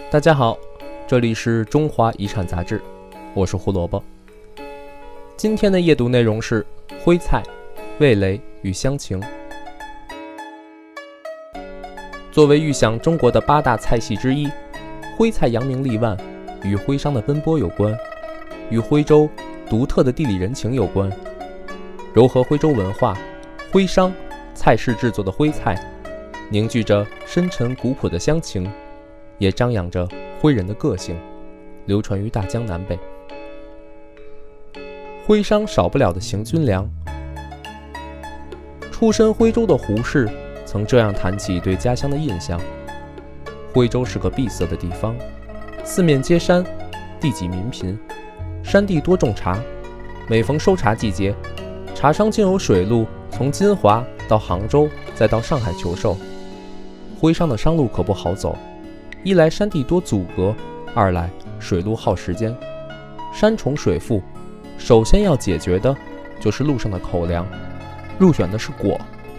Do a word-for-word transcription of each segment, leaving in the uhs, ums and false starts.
大家好，这里是中华遗产杂志，我是胡萝卜。今天的夜读内容是徽菜、味蕾与乡情。作为预享中国的八大菜系之一，徽菜扬名立万，与徽商的奔波有关，与徽州独特的地理人情有关。糅合徽州文化、徽商、菜式制作的徽菜，凝聚着深沉古朴的乡情，也张扬着徽人的个性，流传于大江南北。徽商少不了的行军粮。出身徽州的胡适曾这样谈起对家乡的印象：徽州是个闭塞的地方，四面皆山，地瘠民贫，山地多种茶，每逢收茶季节，茶商竟有水路从金华到杭州再到上海求售。徽商的商路可不好走，一来山地多阻隔，二来水路耗时间。山重水复，首先要解决的就是路上的口粮，入选的是果。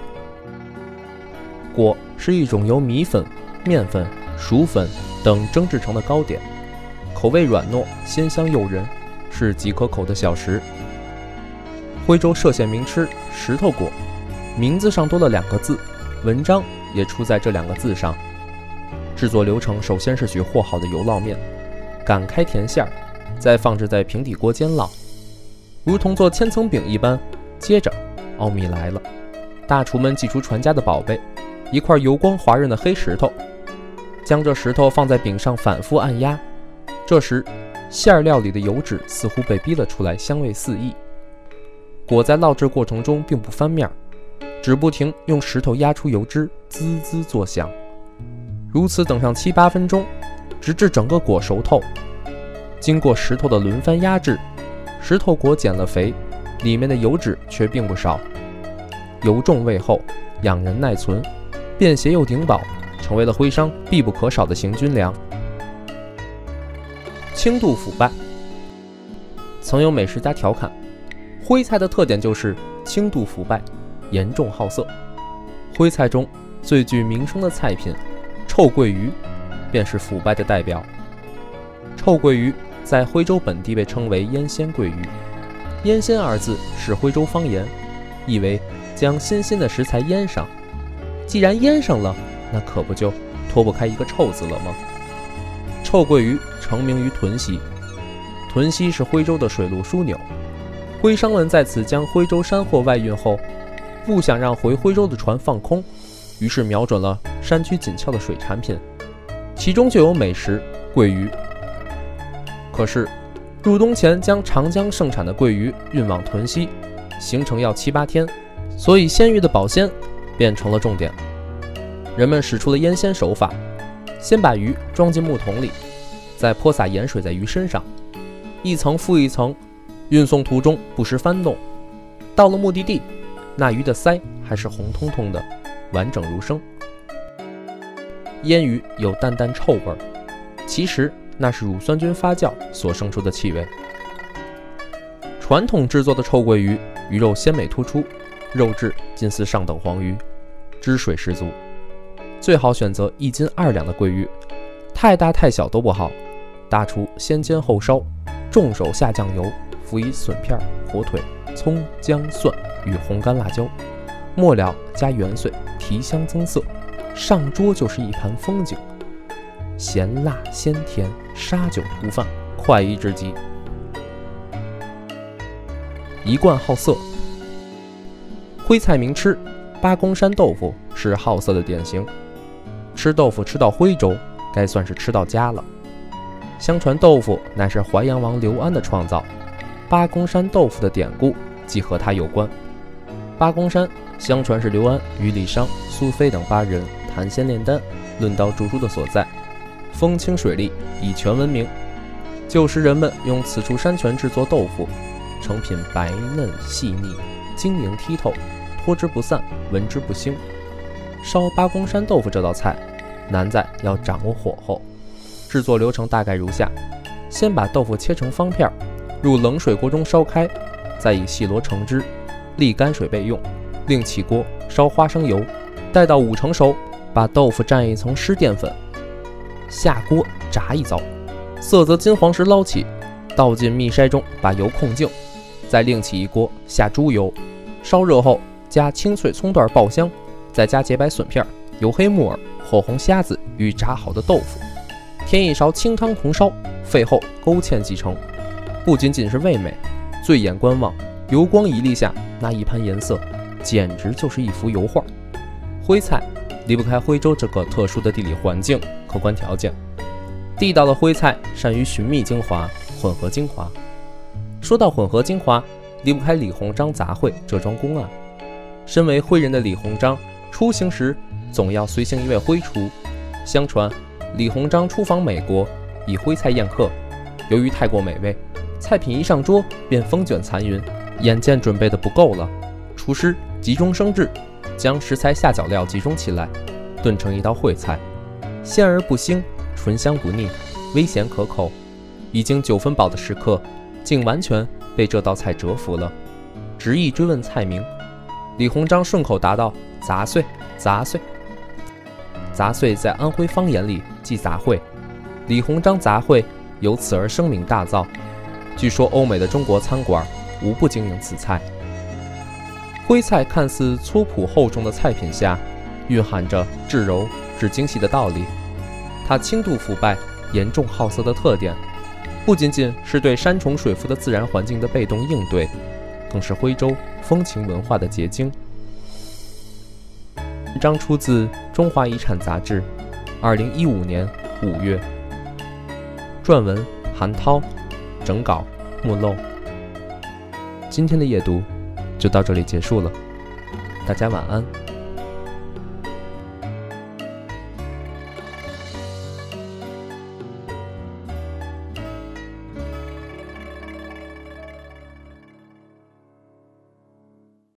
果是一种由米粉、面粉、薯粉等蒸制成的糕点，口味软糯，鲜香诱人，是极可口的小食。徽州歙县名吃石头果，名字上多了两个字，文章也出在这两个字上。制作流程首先是取和好的油烙面，擀开甜馅儿，再放置在平底锅煎烙，如同做千层饼一般。接着奥秘来了，大厨们祭出传家的宝贝，一块油光滑润的黑石头，将这石头放在饼上反复按压，这时馅料里的油脂似乎被逼了出来，香味四溢。果在烙制过程中并不翻面，只不停用石头压出油脂，滋滋作响。如此等上七八分钟，直至整个果熟透。经过石头的轮番压制，石头果减了肥，里面的油脂却并不少，油重味厚，养人耐存，便携又顶饱，成为了徽商必不可少的行军粮。轻度腐败。曾有美食家调侃，徽菜的特点就是轻度腐败，严重好色。徽菜中最具名声的菜品臭鳜鱼便是腐败的代表。臭鳜鱼在徽州本地被称为腌鲜鳜鱼，腌鲜二字是徽州方言，意为将新鲜的食材腌上。既然腌上了，那可不就脱不开一个臭字了吗？臭鳜鱼成名于屯溪，屯溪是徽州的水路枢纽。徽商们在此将徽州山货外运后，不想让回徽州的船放空，于是瞄准了山区紧俏的水产品，其中就有美食鳜鱼。可是入冬前将长江盛产的鳜鱼运往屯溪，行程要七八天，所以鲜鱼的保鲜便成了重点。人们使出了腌鲜手法，先把鱼装进木桶里，再泼洒盐水在鱼身上，一层覆一层，运送途中不时翻动。到了目的地，那鱼的鳃还是红彤彤的，完整如生。腌鱼有淡淡臭味，其实那是乳酸菌发酵所生出的气味。传统制作的臭鳜鱼，鱼肉鲜美突出，肉质近似上等黄鱼，汁水十足。最好选择一斤二两的鳜鱼，太大太小都不好。大厨先煎后烧，重手下酱油，辅以笋片、火腿、葱、姜、蒜与红干辣椒，末了加元碎，提香增色，上桌就是一盘风景。咸辣鲜甜，沙酒涂饭，快意至极。一贯好色。徽菜名吃八公山豆腐是好色的典型，吃豆腐吃到徽州，该算是吃到家了。相传豆腐乃是淮阳王刘安的创造，八公山豆腐的典故即和他有关。八公山相传是刘安与李商、苏菲等八人谈仙炼丹、论道著书的所在，风清水利，以泉闻名。旧时人们用此处山泉制作豆腐，成品白嫩细腻，晶莹剔透，脱之不散，闻之不腥。烧八公山豆腐这道菜，难在要掌握火候。制作流程大概如下：先把豆腐切成方片，入冷水锅中烧开，再以细罗成汁，沥干水备用。另起锅烧花生油，待到五成熟，把豆腐蘸一层湿淀粉，下锅炸一遭，色泽金黄时捞起，倒进蜜筛中，把油控净，再另起一锅，下猪油，烧热后加清脆葱段爆香，再加洁白笋片、油黑木耳、火红虾子与炸好的豆腐，添一勺清汤红烧，沸后勾芡即成。不仅仅是味美，醉眼观望，油光一沥下，那一盘颜色简直就是一幅油画。徽菜离不开徽州这个特殊的地理环境、客观条件。地道的徽菜善于寻觅精华，混合精华。说到混合精华，离不开李鸿章杂烩这桩公案。身为徽人的李鸿章，出行时总要随行一位徽厨。相传李鸿章出访美国，以徽菜宴客，由于太过美味，菜品一上桌便风卷残云，眼见准备的不够了，厨师急中生智，将食材下脚料集中起来，炖成一道烩菜，鲜而不腥，醇香不腻，微咸可口。已经九分饱的食客竟完全被这道菜折服了，执意追问菜名。李鸿章顺口答道：杂碎，杂碎。杂碎在安徽方言里即杂烩，李鸿章杂烩由此而声名大噪。据说欧美的中国餐馆无不经营此菜。徽菜看似粗朴厚重的菜品下，蕴含着至柔至精细的道理。它轻度腐败、严重好色的特点，不仅仅是对山重水复的自然环境的被动应对，更是徽州风情文化的结晶。文章出自《中华遗产》杂志，二零一五年五月。撰文韩涛，整稿木漏。今天的夜读就到这里结束了，大家晚安。